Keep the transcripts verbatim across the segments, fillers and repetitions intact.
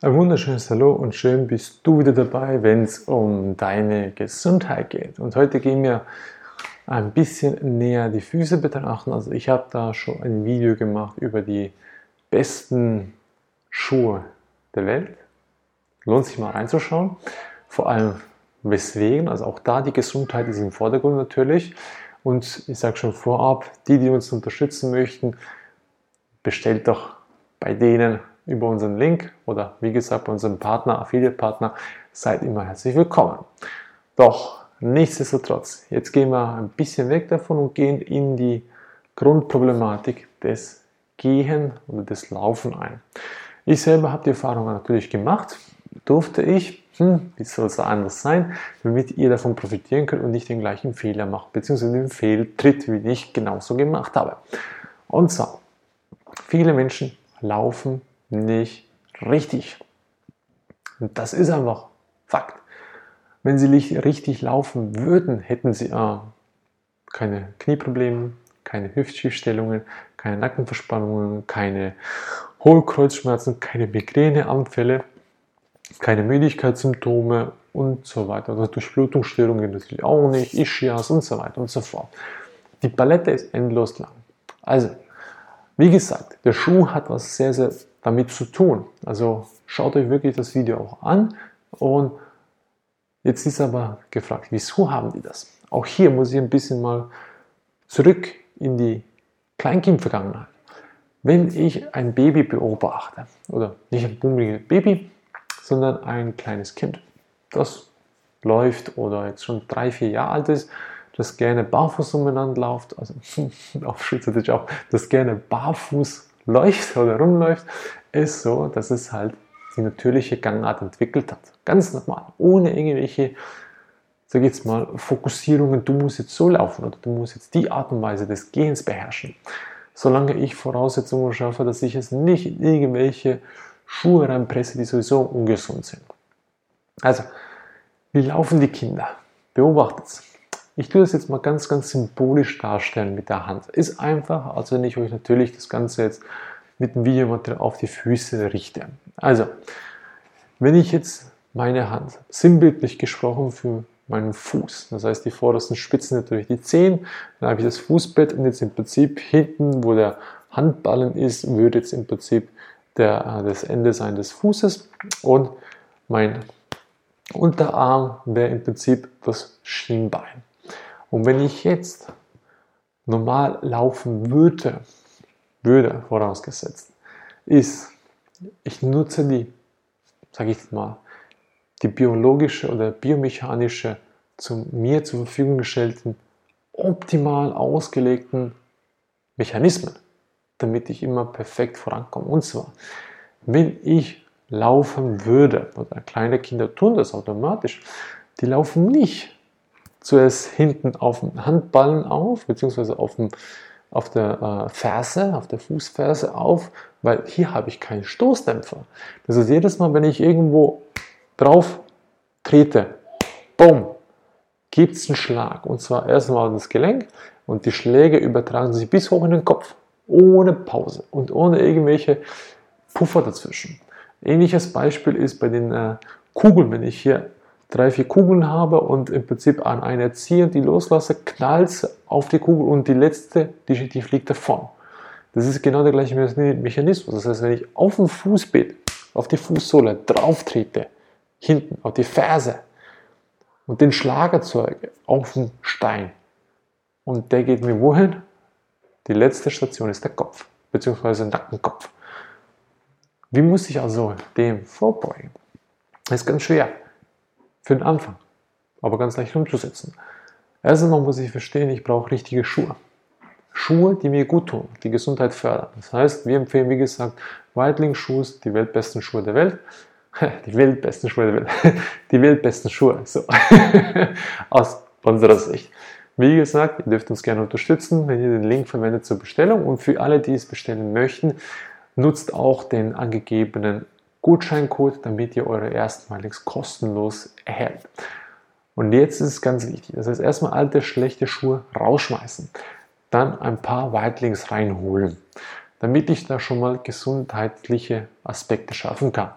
Ein wunderschönes Hallo und schön bist du wieder dabei, wenn es um deine Gesundheit geht. Und heute gehen wir ein bisschen näher die Füße betrachten. Also ich habe da schon ein Video gemacht über die besten Schuhe der Welt. Lohnt sich mal reinzuschauen. Vor allem weswegen, also auch da die Gesundheit ist im Vordergrund natürlich. Und ich sage schon vorab, die, die uns unterstützen möchten, bestellt doch bei denen über unseren Link oder wie gesagt bei unserem Partner, Affiliate-Partner, seid immer herzlich willkommen. Doch nichtsdestotrotz, jetzt gehen wir ein bisschen weg davon und gehen in die Grundproblematik des Gehen oder des Laufen ein. Ich selber habe die Erfahrung natürlich gemacht, durfte ich, hm, wie soll es anders sein, damit ihr davon profitieren könnt und nicht den gleichen Fehler macht, beziehungsweise den Fehltritt, wie ich genauso gemacht habe. Und zwar, viele Menschen laufen nicht richtig. Und das ist einfach Fakt. Wenn sie nicht richtig laufen würden, hätten sie äh, keine Knieprobleme, keine Hüftschiefstellungen, keine Nackenverspannungen, keine Hohlkreuzschmerzen, keine Migräneanfälle, keine Müdigkeitssymptome und so weiter. Also Durchblutungsstörungen natürlich auch nicht, Ischias und so weiter und so fort. Die Palette ist endlos lang. Also, wie gesagt, der Schuh hat was sehr, sehr damit zu tun. Also schaut euch wirklich das Video auch an. Und jetzt ist aber gefragt, wieso haben die das? Auch hier muss ich ein bisschen mal zurück in die Kleinkind-Vergangenheit. Wenn ich ein Baby beobachte, oder nicht ein bummeliges Baby, sondern ein kleines Kind, das läuft oder jetzt schon drei, vier Jahre alt ist, das gerne barfuß umeinander läuft, also auf Schweizerdeutsch auch, das gerne barfuß läuft oder rumläuft, ist so, dass es halt die natürliche Gangart entwickelt hat. Ganz normal, ohne irgendwelche, sag ich jetzt mal, Fokussierungen, du musst jetzt so laufen oder du musst jetzt die Art und Weise des Gehens beherrschen. Solange ich Voraussetzungen schaffe, dass ich es nicht in irgendwelche Schuhe reinpresse, die sowieso ungesund sind. Also, wie laufen die Kinder? Beobachtet es. Ich tue das jetzt mal ganz, ganz symbolisch darstellen mit der Hand. Ist einfach, als wenn ich euch natürlich das Ganze jetzt mit dem Videomaterial auf die Füße richte. Also, wenn ich jetzt meine Hand, sinnbildlich gesprochen, für meinen Fuß, das heißt die vordersten Spitzen natürlich die Zehen, dann habe ich das Fußbett und jetzt im Prinzip hinten, wo der Handballen ist, würde jetzt im Prinzip der, das Ende sein des Fußes und mein Unterarm wäre im Prinzip das Schienbein. Und wenn ich jetzt normal laufen würde, würde vorausgesetzt, ist, ich nutze die, sage ich mal, die biologische oder biomechanische, zu mir zur Verfügung gestellten, optimal ausgelegten Mechanismen, damit ich immer perfekt vorankomme. Und zwar, wenn ich laufen würde, oder kleine Kinder tun das automatisch, die laufen nicht zuerst hinten auf dem Handballen auf, beziehungsweise auf, dem, auf der äh, Ferse, auf der Fußferse auf, weil hier habe ich keinen Stoßdämpfer. Das heißt, jedes Mal, wenn ich irgendwo drauf trete, bumm, gibt es einen Schlag. Und zwar erstmal auf das Gelenk und die Schläge übertragen sich bis hoch in den Kopf, ohne Pause und ohne irgendwelche Puffer dazwischen. Ähnliches Beispiel ist bei den äh, Kugeln, wenn ich hier drei, vier Kugeln habe und im Prinzip an einer ziehe und die loslasse, knallt es auf die Kugel und die letzte, die, die fliegt davon. Das ist genau der gleiche Mechanismus. Das heißt, wenn ich auf dem Fußbett, auf die Fußsohle drauf trete, hinten auf die Ferse und den Schlag erzeuge auf den Stein und der geht mir wohin? Die letzte Station ist der Kopf, beziehungsweise der Nackenkopf. Wie muss ich also dem vorbeugen? Das ist ganz schwer. Für den Anfang, aber ganz leicht umzusetzen. Erst einmal muss ich verstehen, ich brauche richtige Schuhe. Schuhe, die mir gut tun, die Gesundheit fördern. Das heißt, wir empfehlen, wie gesagt, Weitlings-Schuhe, die weltbesten Schuhe der Welt. Die weltbesten Schuhe der Welt. Die weltbesten Schuhe, so. Aus unserer Sicht. Wie gesagt, ihr dürft uns gerne unterstützen, wenn ihr den Link verwendet zur Bestellung. Und für alle, die es bestellen möchten, nutzt auch den angegebenen Gutscheincode, damit ihr eure erstmaliges kostenlos erhält. Und jetzt ist es ganz wichtig. Das heißt, erstmal alte, schlechte Schuhe rausschmeißen. Dann ein paar Weitlings reinholen, damit ich da schon mal gesundheitliche Aspekte schaffen kann.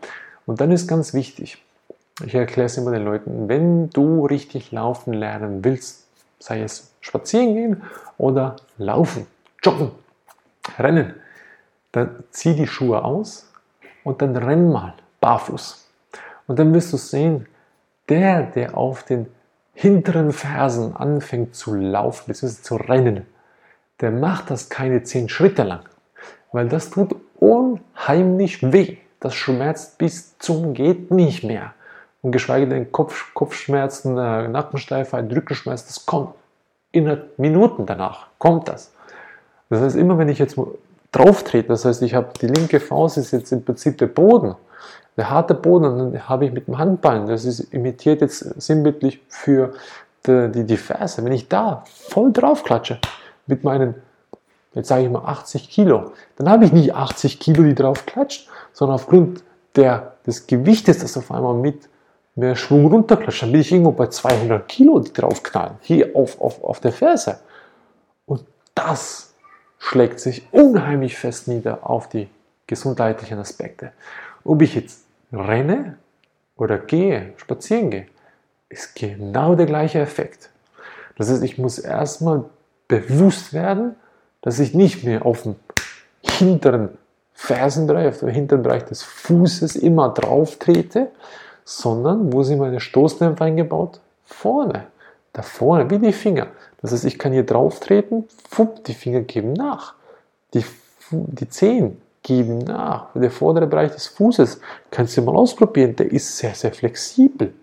Und dann ist ganz wichtig, ich erkläre es immer den Leuten, wenn du richtig laufen lernen willst, sei es spazieren gehen oder laufen, joggen, rennen, dann zieh die Schuhe aus und dann renn mal barfuß. Und dann wirst du sehen, der, der auf den hinteren Fersen anfängt zu laufen, bzw. zu rennen, der macht das keine zehn Schritte lang, weil das tut unheimlich weh. Das schmerzt bis zum geht nicht mehr. Und geschweige denn Kopf, Kopfschmerzen, äh, Nackensteifheit, Rückenschmerzen, das kommt innerhalb Minuten danach, kommt das. Das heißt, immer wenn ich jetzt drauf trete, das heißt, ich habe die linke Faust ist jetzt im Prinzip der Boden, der harte Boden, und dann habe ich mit dem Handballen, das ist imitiert jetzt sinnbildlich für die, die, die Ferse, wenn ich da voll drauf klatsche, mit meinen, jetzt sage ich mal achtzig Kilo, dann habe ich nicht achtzig Kilo, die drauf klatscht, sondern aufgrund der, des Gewichtes, das auf einmal mit mehr Schwung runterklatscht, dann bin ich irgendwo bei zweihundert Kilo, die draufknallen, hier auf, auf, auf der Ferse. Und das schlägt sich unheimlich fest nieder auf die gesundheitlichen Aspekte. Ob ich jetzt renne oder gehe, spazieren gehe, ist genau der gleiche Effekt. Das heißt, ich muss erstmal bewusst werden, dass ich nicht mehr auf dem hinteren Fersenbereich, auf dem hinteren Bereich des Fußes immer drauf trete, sondern wo sind meine Stoßdämpfer eingebaut? Vorne, da vorne, wie die Finger. Das heißt, ich kann hier drauf treten, fupp, die Finger geben nach. Die, die Zehen geben nach. Der vordere Bereich des Fußes, kannst du mal ausprobieren, der ist sehr, sehr flexibel.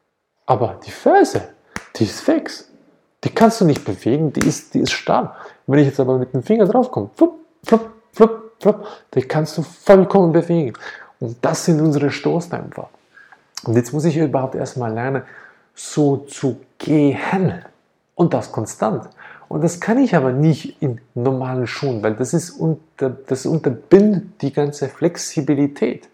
Aber die Ferse, die ist fix. Die kannst du nicht bewegen, die ist, die ist starr. Wenn ich jetzt aber mit dem Finger drauf komme, flupp, flupp, flupp, flupp, die kannst du vollkommen bewegen. Und das sind unsere Stoßdämpfer. Und jetzt muss ich überhaupt erstmal lernen, so zu gehen. Und das konstant. Und das kann ich aber nicht in normalen Schuhen, weil das, ist unter, das unterbindet die ganze Flexibilität.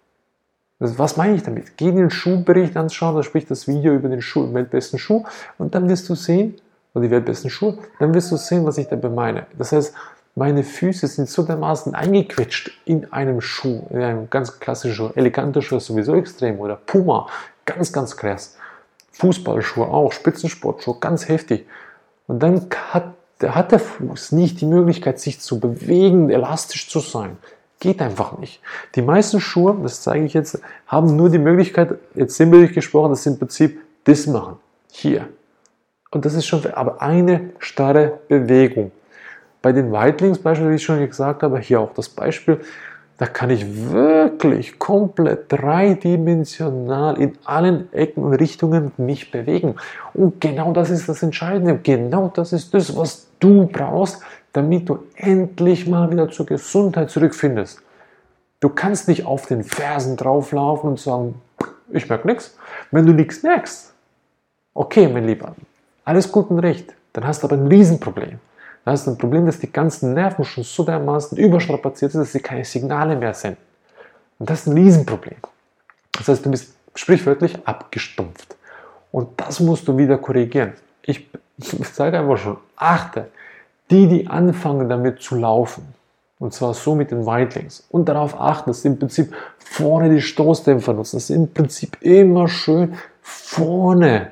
Also was meine ich damit? Geh den Schuhbericht anschauen, da spricht das Video über den Schuh, den weltbesten Schuh, und dann wirst du sehen, oder die weltbesten Schuhe, dann wirst du sehen, was ich dabei meine. Das heißt, meine Füße sind so dermaßen eingequetscht in einem Schuh, in einem ganz klassischen, eleganten Schuh, sowieso extrem, oder Puma, ganz, ganz krass. Fußballschuhe auch, Spitzensportschuhe, ganz heftig. Und dann hat, hat der Fuß nicht die Möglichkeit, sich zu bewegen, elastisch zu sein. Geht einfach nicht. Die meisten Schuhe, das zeige ich jetzt, haben nur die Möglichkeit, jetzt sinnbildlich gesprochen, dass sie im Prinzip das machen. Hier. Und das ist schon, aber eine starre Bewegung. Bei den Weitlings beispielsweise, wie ich schon gesagt habe, hier auch das Beispiel, da kann ich wirklich komplett dreidimensional in allen Ecken und Richtungen mich bewegen. Und genau das ist das Entscheidende. Genau das ist das, was du brauchst, damit du endlich mal wieder zur Gesundheit zurückfindest. Du kannst nicht auf den Fersen drauflaufen und sagen, ich merke nichts. Wenn du nichts merkst, okay, mein Lieber, alles gut und recht, dann hast du aber ein Riesenproblem. Dann hast du ein Problem, dass die ganzen Nerven schon so dermaßen überstrapaziert sind, dass sie keine Signale mehr senden. Und das ist ein Riesenproblem. Das heißt, du bist sprichwörtlich abgestumpft. Und das musst du wieder korrigieren. Ich, ich sage einfach schon, achte, die, die anfangen damit zu laufen, und zwar so mit den Weitlings, und darauf achten, dass sie im Prinzip vorne die Stoßdämpfer nutzen, dass sie im Prinzip immer schön vorne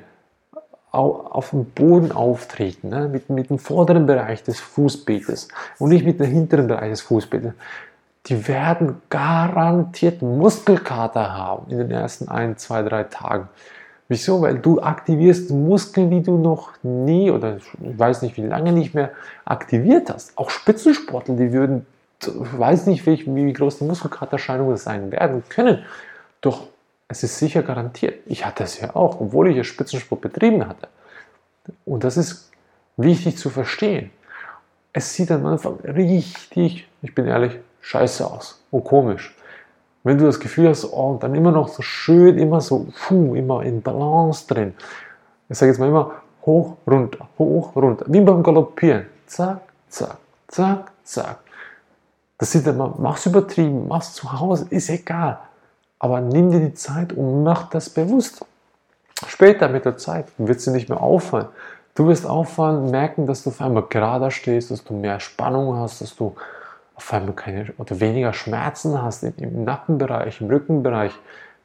auf dem Boden auftreten, ne? mit, mit dem vorderen Bereich des Fußbetes und nicht mit dem hinteren Bereich des Fußbetes. Die werden garantiert Muskelkater haben in den ersten ein, zwei, drei Tagen. Wieso? Weil du aktivierst Muskeln, die du noch nie oder ich weiß nicht wie lange nicht mehr aktiviert hast. Auch Spitzensportler, die würden, ich weiß nicht, wie, wie groß die Muskelkatererscheinungen sein werden können. Doch es ist sicher garantiert. Ich hatte es ja auch, obwohl ich ja Spitzensport betrieben hatte. Und das ist wichtig zu verstehen. Es sieht am Anfang richtig, ich bin ehrlich, scheiße aus und komisch. Wenn du das Gefühl hast, oh, und dann immer noch so schön, immer so, puh, immer in Balance drin. Ich sage jetzt mal immer hoch, runter, hoch, runter. Wie beim Galoppieren. Zack, zack, zack, zack. Das sieht immer, mach's übertrieben, mach's zu Hause, ist egal. Aber nimm dir die Zeit und mach das bewusst. Später mit der Zeit wird sie nicht mehr auffallen. Du wirst auffallen, merken, dass du auf einmal gerader stehst, dass du mehr Spannung hast, dass du auf einmal keine oder weniger Schmerzen hast im, im Nackenbereich, im Rückenbereich.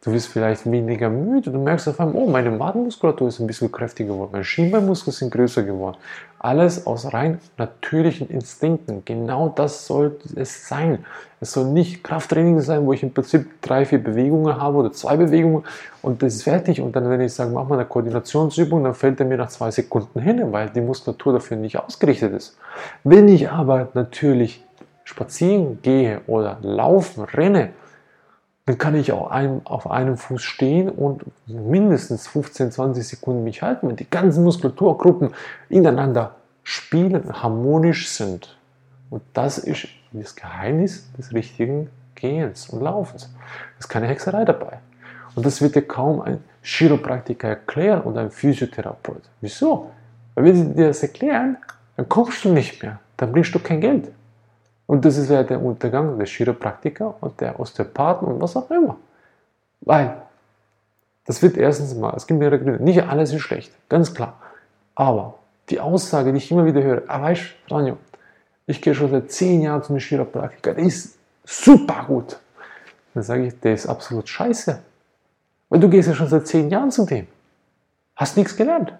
Du wirst vielleicht weniger müde. Du merkst auf einmal, oh, meine Wadenmuskulatur ist ein bisschen kräftiger geworden. Meine Schienbeinmuskeln sind größer geworden. Alles aus rein natürlichen Instinkten. Genau das soll es sein. Es soll nicht Krafttraining sein, wo ich im Prinzip drei, vier Bewegungen habe oder zwei Bewegungen und das ist fertig. Und dann, wenn ich sage, mach mal eine Koordinationsübung, dann fällt er mir nach zwei Sekunden hin, weil die Muskulatur dafür nicht ausgerichtet ist. Wenn ich aber natürlich spazieren gehe oder laufen, renne, dann kann ich auch ein, auf einem Fuß stehen und mindestens fünfzehn, zwanzig Sekunden mich halten, wenn die ganzen Muskulaturgruppen ineinander spielen, harmonisch sind. Und das ist das Geheimnis des richtigen Gehens und Laufens. Da ist keine Hexerei dabei. Und das wird dir kaum ein Chiropraktiker erklären oder ein Physiotherapeut. Wieso? Weil wenn sie dir das erklären, dann kommst du nicht mehr. Dann bringst du kein Geld. Und das ist ja der Untergang der Chiropraktiker und der Osteopathen und was auch immer. Weil, das wird erstens mal, es gibt mehrere Gründe, nicht alles ist schlecht, ganz klar. Aber die Aussage, die ich immer wieder höre, ah, weißt du, Ranjo, ich gehe schon seit zehn Jahren zu einem Chiropraktiker, der ist super gut. Dann sage ich, der ist absolut scheiße. Weil du gehst ja schon seit zehn Jahren zu dem. Hast nichts gelernt.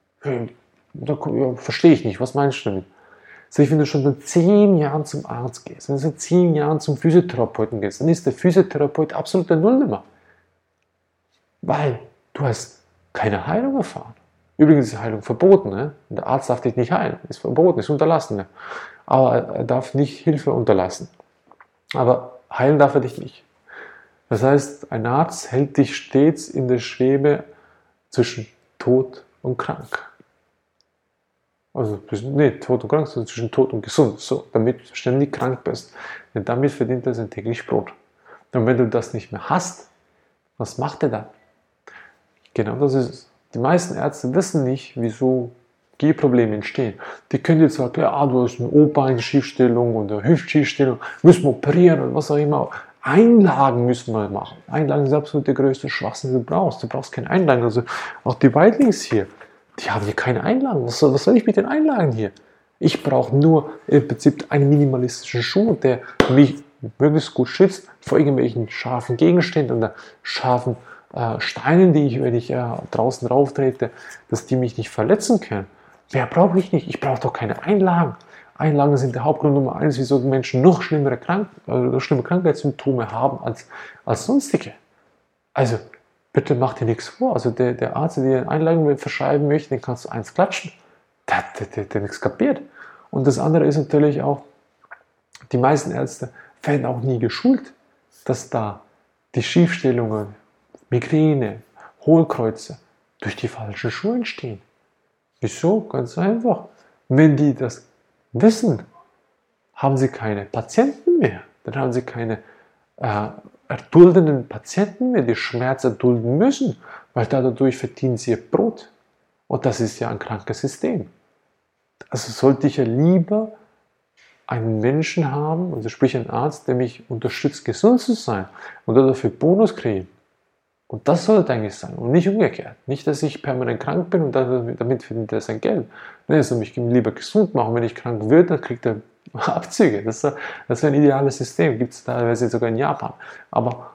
Da, ja, verstehe ich nicht, was meinst du damit? So, wenn du schon seit zehn Jahren zum Arzt gehst, wenn du seit zehn Jahren zum Physiotherapeuten gehst, dann ist der Physiotherapeut absolut der Nullnummer. Weil du hast keine Heilung erfahren. Übrigens ist die Heilung verboten. Ne? Der Arzt darf dich nicht heilen. Ist verboten, ist unterlassen. Ne? Aber er darf nicht Hilfe unterlassen. Aber heilen darf er dich nicht. Das heißt, ein Arzt hält dich stets in der Schwebe zwischen tot und krank. Also, nee, tot und krank, sondern zwischen tot und gesund. So, damit du ständig krank bist. Denn damit verdient er sein täglich Brot. Und wenn du das nicht mehr hast, was macht er dann? Genau das ist es. Die meisten Ärzte wissen nicht, wieso Gehprobleme entstehen. Die können jetzt sagen, ja, du hast eine O-Bein-Schiefstellung oder eine Hüftschiefstellung, müssen wir operieren oder was auch immer. Einlagen müssen wir machen. Einlagen ist absolut der größte Schwachsinn, den du brauchst. Du brauchst keine Einlagen. Also auch die Weitlings hier, die haben hier keine Einlagen. Was soll, was soll ich mit den Einlagen hier? Ich brauche nur im Prinzip einen minimalistischen Schuh, der mich möglichst gut schützt vor irgendwelchen scharfen Gegenständen oder scharfen äh, Steinen, die ich, wenn ich äh, draußen drauf trete, dass die mich nicht verletzen können. Mehr brauche ich nicht. Ich brauche doch keine Einlagen. Einlagen sind der Hauptgrund Nummer eins, wieso Menschen noch schlimmere, Krank äh, schlimme Krankheitssymptome haben als, als sonstige. Also, bitte mach dir nichts vor. Also der, der Arzt, der dir Einlagen verschreiben möchte, den kannst du eins klatschen. Der, der, der, der nichts kapiert. Und das andere ist natürlich auch, die meisten Ärzte werden auch nie geschult, dass da die Schiefstellungen, Migräne, Hohlkreuze durch die falschen Schuhe entstehen. Wieso? Ganz einfach. Wenn die das wissen, haben sie keine Patienten mehr. Dann haben sie keine äh, erduldenden Patienten mehr, die Schmerz erdulden müssen, weil dadurch verdienen sie ihr Brot. Und das ist ja ein krankes System. Also sollte ich ja lieber einen Menschen haben, also sprich einen Arzt, der mich unterstützt, gesund zu sein und dafür Bonus kriegen. Und das sollte eigentlich sein und nicht umgekehrt. Nicht, dass ich permanent krank bin und damit verdient er sein Geld. Nee, er soll mich lieber gesund machen. Wenn ich krank werde, dann kriegt er Abzüge. Das, das wäre ein ideales System. Gibt es teilweise sogar in Japan. Aber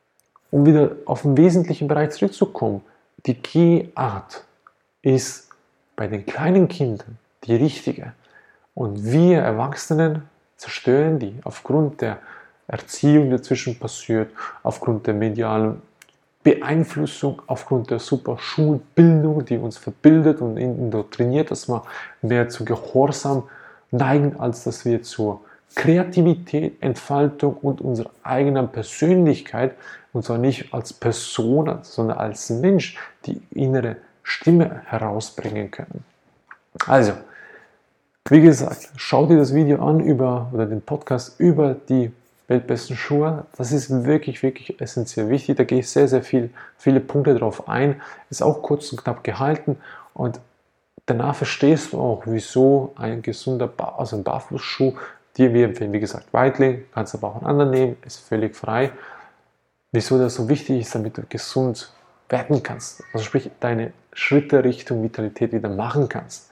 um wieder auf den wesentlichen Bereich zurückzukommen, die Gehart ist bei den kleinen Kindern die richtige. Und wir Erwachsenen zerstören die aufgrund der Erziehung, die dazwischen passiert, aufgrund der medialen Beeinflussung, aufgrund der super Schulbildung, die uns verbildet und indoktriniert, dass wir mehr zu Gehorsam neigen, als dass wir zur Kreativität, Entfaltung und unserer eigenen Persönlichkeit, und zwar nicht als Person, sondern als Mensch, die innere Stimme herausbringen können. Also, wie gesagt, schau dir das Video an über, oder den Podcast über die weltbesten Schuhe. Das ist wirklich, wirklich essentiell wichtig. Da gehe ich sehr, sehr viel, viele Punkte drauf ein. Ist auch kurz und knapp gehalten und danach verstehst du auch, wieso ein gesunder, ba also ein Barfußschuh dir wir empfehlen. Wie gesagt, Weitling, kannst aber auch einen anderen nehmen, ist völlig frei. Wieso das so wichtig ist, damit du gesund werden kannst. Also sprich, deine Schritte Richtung Vitalität wieder machen kannst.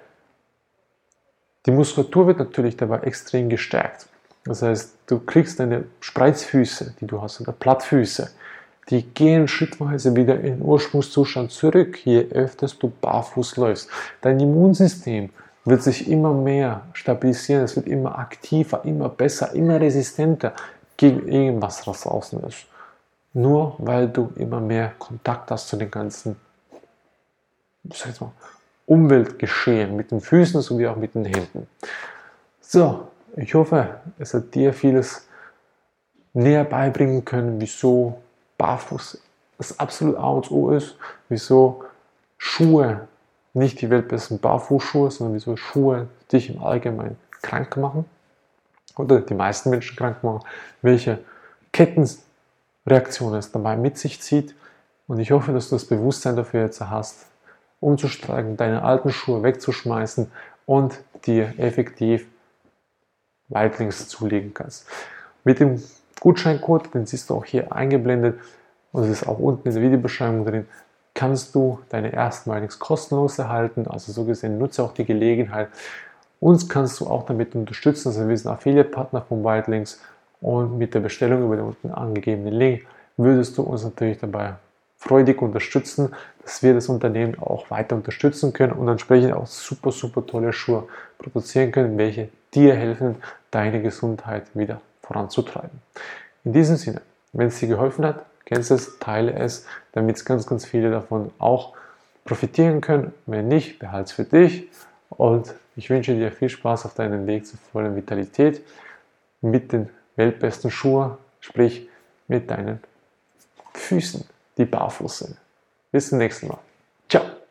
Die Muskulatur wird natürlich dabei extrem gestärkt. Das heißt, du kriegst deine Spreizfüße, die du hast, oder Plattfüße, die gehen schrittweise wieder in den Ursprungszustand zurück, je öfter du barfuß läufst. Dein Immunsystem wird sich immer mehr stabilisieren, es wird immer aktiver, immer besser, immer resistenter gegen irgendwas, was draußen ist. Nur weil du immer mehr Kontakt hast zu den ganzen, sag ich mal, Umweltgeschehen mit den Füßen sowie auch mit den Händen. So, ich hoffe, es hat dir vieles näher beibringen können, wieso barfuß das absolut A und O ist, wieso Schuhe nicht die weltbesten Barfußschuhe, sondern wieso Schuhe dich im Allgemeinen krank machen oder die meisten Menschen krank machen, welche Kettenreaktionen es dabei mit sich zieht. Und ich hoffe, dass du das Bewusstsein dafür jetzt hast, umzusteigen, deine alten Schuhe wegzuschmeißen und dir effektiv Weitlings zulegen kannst. Mit dem Gutscheincode, den siehst du auch hier eingeblendet und es ist auch unten in der Videobeschreibung drin, kannst du deine ersten Weitlings kostenlos erhalten. Also so gesehen, nutze auch die Gelegenheit. Uns kannst du auch damit unterstützen, also wir sind Affiliate-Partner von Weitlings und mit der Bestellung über den unten angegebenen Link würdest du uns natürlich dabei freudig unterstützen, dass wir das Unternehmen auch weiter unterstützen können und entsprechend auch super, super tolle Schuhe produzieren können, welche dir helfen, deine Gesundheit wieder voranzutreiben. In diesem Sinne, wenn es dir geholfen hat, kennst es, teile es, damit ganz, ganz viele davon auch profitieren können. Wenn nicht, behalte es für dich und ich wünsche dir viel Spaß auf deinem Weg zur vollen Vitalität mit den weltbesten Schuhen, sprich mit deinen Füßen, die barfuß sind. Bis zum nächsten Mal. Ciao!